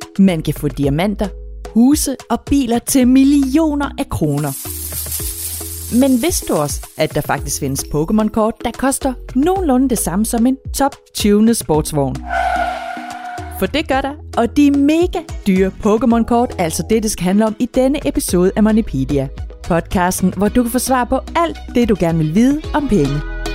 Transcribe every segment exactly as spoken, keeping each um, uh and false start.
Man kan få diamanter, huse og biler til millioner af kroner. Men vidste du også, at der faktisk findes Pokémon-kort, der koster nogenlunde det samme som en top-tyvende sportsvogn? For det gør der, og de mega dyre Pokémon-kort er altså det, det skal handle om i denne episode af Moneypedia. Podcasten, hvor du kan få svar på alt det, du gerne vil vide om penge.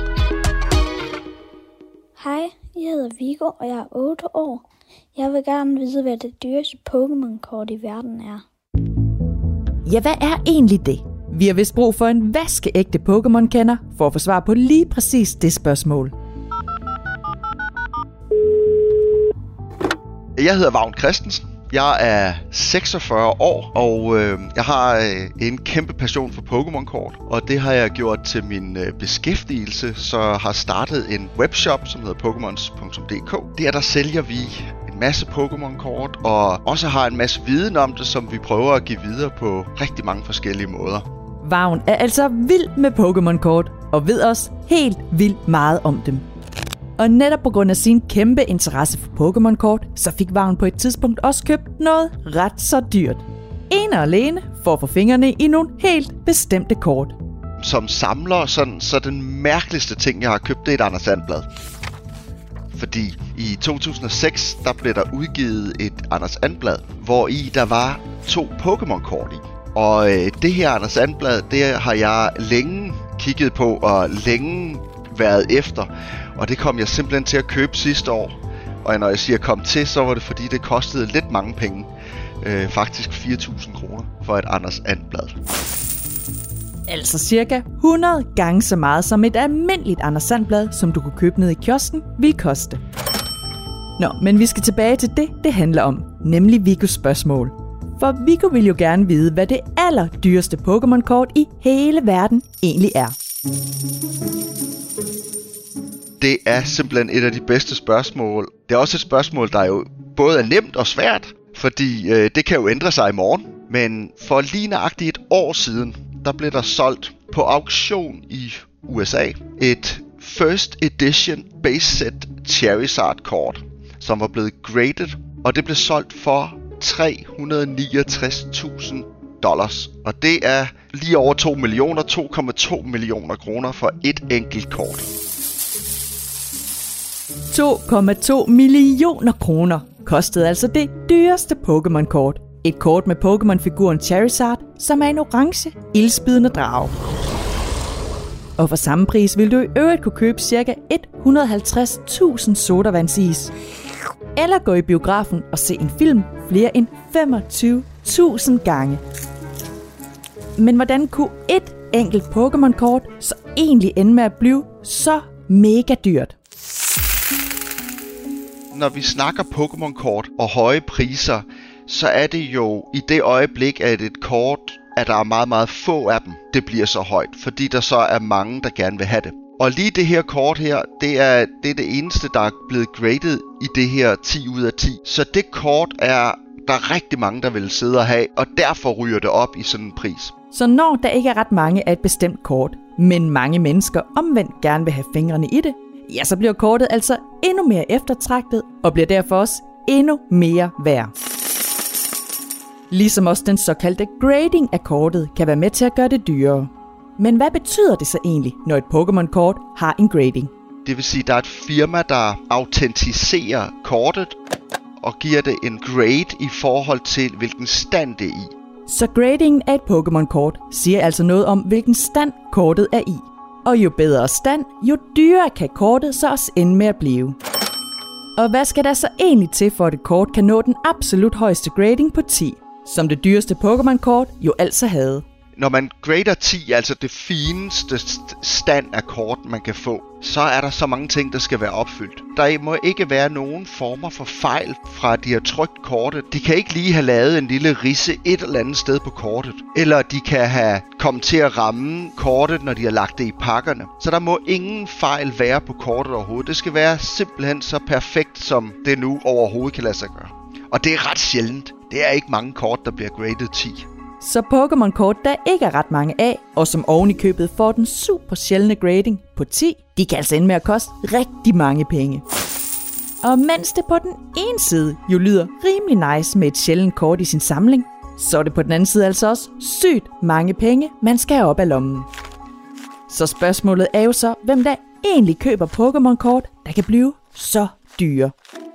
Hej, jeg hedder Viggo, og jeg er otte år. Jeg vil gerne vide, hvad det dyreste Pokémon-kort i verden er. Ja, hvad er egentlig det? Vi har vist brug for en vaskeægte Pokémon-kender for at få svar på lige præcis det spørgsmål. Jeg hedder Vagn Christensen. Jeg er seksogfyrre år, og øh, jeg har øh, en kæmpe passion for Pokémon-kort. Og det har jeg gjort til min øh, beskæftigelse, så har startet en webshop, som hedder Pokemons punktum d k. Der der sælger vi en masse Pokémon-kort, og også har en masse viden om det, som vi prøver at give videre på rigtig mange forskellige måder. Vagn er altså vild med Pokémon-kort, og ved også helt vildt meget om dem. Og netop på grund af sin kæmpe interesse for Pokémon-kort, så fik Vagn på et tidspunkt også købt noget ret så dyrt. En og alene for at få fingrene i nogle helt bestemte kort. Som samler, sådan, så den mærkeligste ting, jeg har købt, det er et Anders And-blad. Fordi i to tusind og seks, der blev der udgivet et Anders And-blad, hvor i der var to Pokémon-kort i. Og øh, det her Anders And-blad, det har jeg længe kigget på og længe været efter. Og det kom jeg simpelthen til at købe sidste år. Og når jeg siger kom til, så var det fordi det kostede lidt mange penge. Øh, faktisk fire tusind kroner for et Anders And-blad. Altså cirka hundrede gange så meget som et almindeligt Anders And-blad, som du kunne købe ned i kiosken, vil koste. Nå, men vi skal tilbage til det, det handler om. Nemlig Viggos spørgsmål. For Viggo vil jo gerne vide, hvad det allerdyreste Pokémon-kort i hele verden egentlig er. Det er simpelthen et af de bedste spørgsmål. Det er også et spørgsmål, der jo både er nemt og svært, fordi øh, det kan jo ændre sig i morgen. Men for lige nøjagtigt et år siden, der blev der solgt på auktion i U S A et First Edition Base Set Charizard-kort, som var blevet graded, og det blev solgt for tre hundrede og niogtres tusind dollars. Og det er lige over to millioner, to komma to millioner kroner for et enkelt kort. to komma to millioner kroner kostede altså det dyreste Pokémon-kort. Et kort med Pokémon-figuren Charizard, som er en orange, ildspydende drage. Og for samme pris vil du i øvrigt kunne købe ca. et hundrede og halvtreds tusind sodavandsis. Eller gå i biografen og se en film flere end femogtyve tusind gange. Men hvordan kunne et enkelt Pokémon-kort så egentlig ende med at blive så mega dyrt? Når vi snakker Pokémon-kort og høje priser, så er det jo i det øjeblik, at et kort, at der er meget, meget få af dem, det bliver så højt, fordi der så er mange, der gerne vil have det. Og lige det her kort her, det er, det er det eneste, der er blevet graded i det her ti ud af ti. Så det kort er der er rigtig mange, der vil sidde og have, og derfor ryger det op i sådan en pris. Så når der ikke er ret mange af et bestemt kort, men mange mennesker omvendt gerne vil have fingrene i det, ja, så bliver kortet altså endnu mere eftertragtet, og bliver derfor også endnu mere værd. Ligesom også den såkaldte grading af kortet kan være med til at gøre det dyrere. Men hvad betyder det så egentlig, når et Pokémon-kort har en grading? Det vil sige, at der er et firma, der autentiserer kortet og giver det en grade i forhold til, hvilken stand det er i. Så gradingen af et Pokémon-kort siger altså noget om, hvilken stand kortet er i. Og jo bedre stand, jo dyrere kan kortet så også ende med at blive. Og hvad skal der så egentlig til, for at et kort kan nå den absolut højeste grading på ti, som det dyreste Pokémon-kort jo altså havde? Når man grader ti, altså det fineste stand af kort, man kan få, så er der så mange ting, der skal være opfyldt. Der må ikke være nogen former for fejl fra, de har trykt kortet. De kan ikke lige have lavet en lille ridse et eller andet sted på kortet. Eller de kan have kommet til at ramme kortet, når de har lagt det i pakkerne. Så der må ingen fejl være på kortet overhovedet. Det skal være simpelthen så perfekt, som det nu overhovedet kan lade sig gøre. Og det er ret sjældent. Det er ikke mange kort, der bliver graded ti. Så Pokémon-kort, der ikke er ret mange af, og som oven i købet får den super sjældne grading på ti, de kan altså ende med at koste rigtig mange penge. Og mens det på den ene side jo lyder rimelig nice med et sjældent kort i sin samling, så er det på den anden side altså også sygt mange penge, man skal have op af lommen. Så spørgsmålet er jo så, hvem der egentlig køber Pokémon-kort, der kan blive så dyre.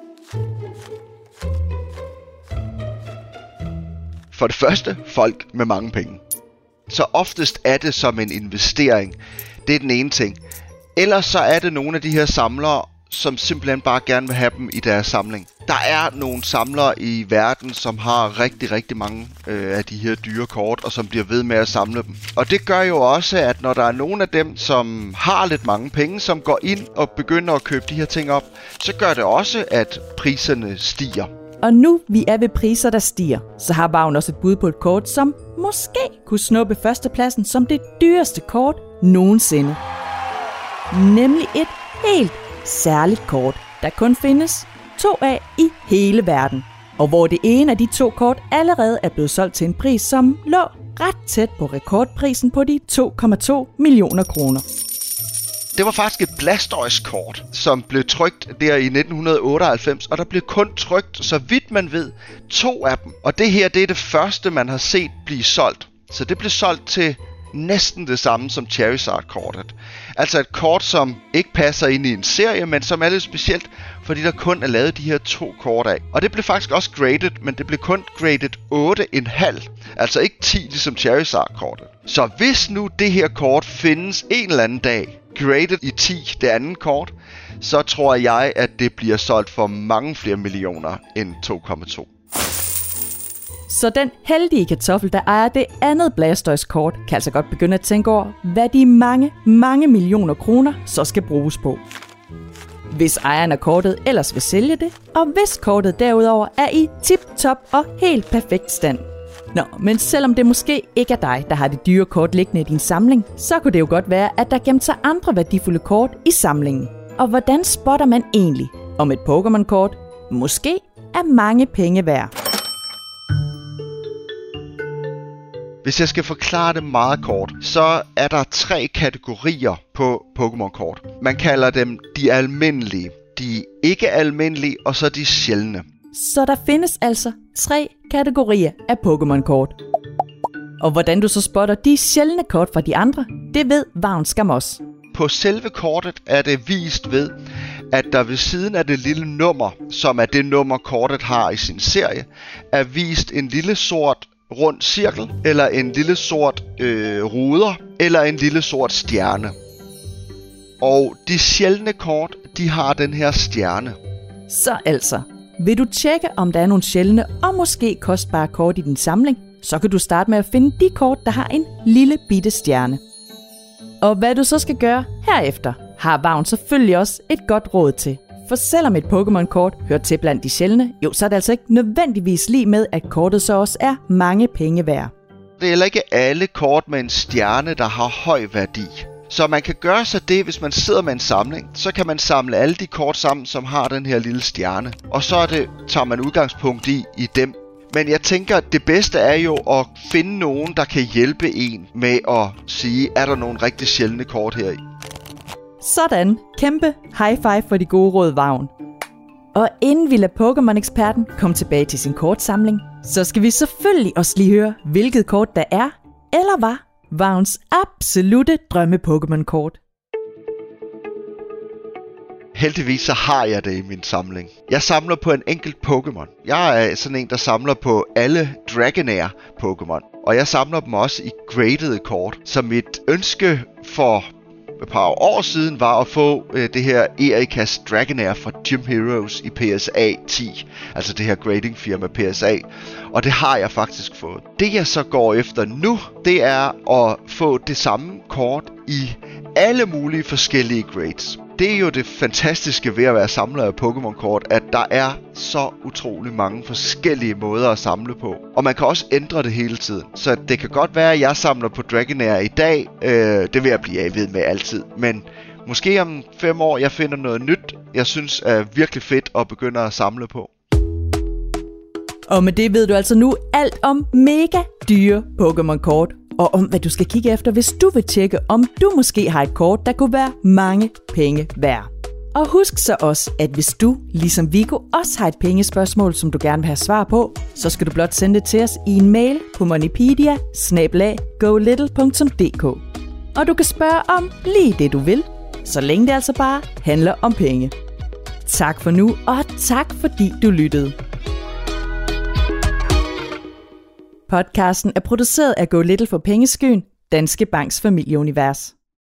For det første, folk med mange penge. Så oftest er det som en investering. Det er den ene ting. Ellers så er det nogle af de her samlere, som simpelthen bare gerne vil have dem i deres samling. Der er nogle samlere i verden, som har rigtig, rigtig mange øh, af de her dyre kort, og som bliver ved med at samle dem. Og det gør jo også, at når der er nogle af dem, som har lidt mange penge, som går ind og begynder at købe de her ting op, så gør det også, at priserne stiger. Og nu vi er ved priser, der stiger, så har Vagn også et bud på et kort, som måske kunne snuppe førstepladsen som det dyreste kort nogensinde. Nemlig et helt særligt kort, der kun findes to af i hele verden. Og hvor det ene af de to kort allerede er blevet solgt til en pris, som lå ret tæt på rekordprisen på de to komma to millioner kroner. Det var faktisk et Blastoise-kort, som blev trykt der i nitten otteoghalvfems, og der blev kun trykt, så vidt man ved, to af dem. Og det her, det er det første, man har set blive solgt. Så det blev solgt til næsten det samme som Charizard-kortet. Altså et kort, som ikke passer ind i en serie, men som er lidt specielt, fordi der kun er lavet de her to kort af. Og det blev faktisk også graded, men det blev kun graded otte komma fem. Altså ikke ti ligesom Charizard-kortet. Så hvis nu det her kort findes en eller anden dag, graded i ti, det andet kort, så tror jeg, at det bliver solgt for mange flere millioner end to komma to. Så den heldige kartoffel, der ejer det andet Blastoise-kort, kan altså godt begynde at tænke over, hvad de mange, mange millioner kroner så skal bruges på. Hvis ejeren af kortet ellers vil sælge det, og hvis kortet derudover er i tip-top og helt perfekt stand. Nå, men selvom det måske ikke er dig, der har det dyre kort liggende i din samling, så kunne det jo godt være, at der gemte sig andre værdifulde kort i samlingen. Og hvordan spotter man egentlig, om et Pokémon-kort måske er mange penge værd? Hvis jeg skal forklare det meget kort, så er der tre kategorier på Pokémon-kort. Man kalder dem de almindelige, de ikke almindelige og så de sjældne. Så der findes altså tre kategorier af Pokémon-kort. Og hvordan du så spotter de sjældne kort fra de andre, det ved Vagn skam også. På selve kortet er det vist ved, at der ved siden af det lille nummer, som er det nummer kortet har i sin serie, er vist en lille sort rund cirkel, eller en lille sort øh, ruder, eller en lille sort stjerne. Og de sjældne kort, de har den her stjerne. Så altså, vil du tjekke, om der er nogle sjældne og måske kostbare kort i din samling, så kan du starte med at finde de kort, der har en lille bitte stjerne. Og hvad du så skal gøre herefter, har Vagn selvfølgelig også et godt råd til. For selvom et Pokémon-kort hører til blandt de sjældne, jo, så er det altså ikke nødvendigvis lige med, at kortet så også er mange penge værd. Det er heller ikke alle kort med en stjerne, der har høj værdi. Så man kan gøre sig det, hvis man sidder med en samling, så kan man samle alle de kort sammen, som har den her lille stjerne. Og så er det, tager man udgangspunkt i, i dem. Men jeg tænker, at det bedste er jo at finde nogen, der kan hjælpe en med at sige, er der nogle rigtig sjældne kort her i. Sådan. Kæmpe high five for de gode råd, Vagn. Og inden vi lader Pokémon-eksperten komme tilbage til sin kortsamling, så skal vi selvfølgelig også lige høre, hvilket kort der er, eller var, Vagns absolutte drømme-Pokémon-kort. Heldigvis så har jeg det i min samling. Jeg samler på en enkelt Pokémon. Jeg er sådan en, der samler på alle Dragonair Pokémon. Og jeg samler dem også i graded kort. Så mit ønske for et par år siden var at få øh, det her Erikas Dragonair fra Gym Heroes i P S A ti. Altså det her grading firma P S A. Og det har jeg faktisk fået. Det jeg så går efter nu, det er at få det samme kort i alle mulige forskellige grades. Det er jo det fantastiske ved at være samler af Pokémon-kort, at der er så utrolig mange forskellige måder at samle på. Og man kan også ændre det hele tiden. Så det kan godt være, at jeg samler på Dragonair i dag. Øh, det vil jeg blive af ved med altid. Men måske om fem år, jeg finder noget nyt, jeg synes er virkelig fedt at begynde at samle på. Og med det ved du altså nu alt om mega dyre Pokémon-kort. Og om hvad du skal kigge efter, hvis du vil tjekke, om du måske har et kort, der kunne være mange penge værd. Og husk så også, at hvis du, ligesom Viggo, også har et pengespørgsmål, som du gerne vil have svar på, så skal du blot sende det til os i en mail på moneypedia bindestreg go little punktum d k. Og du kan spørge om lige det, du vil, så længe det altså bare handler om penge. Tak for nu, og tak fordi du lyttede. Podcasten er produceret af Go Little for Pengeskyen, Danske Banks familieunivers.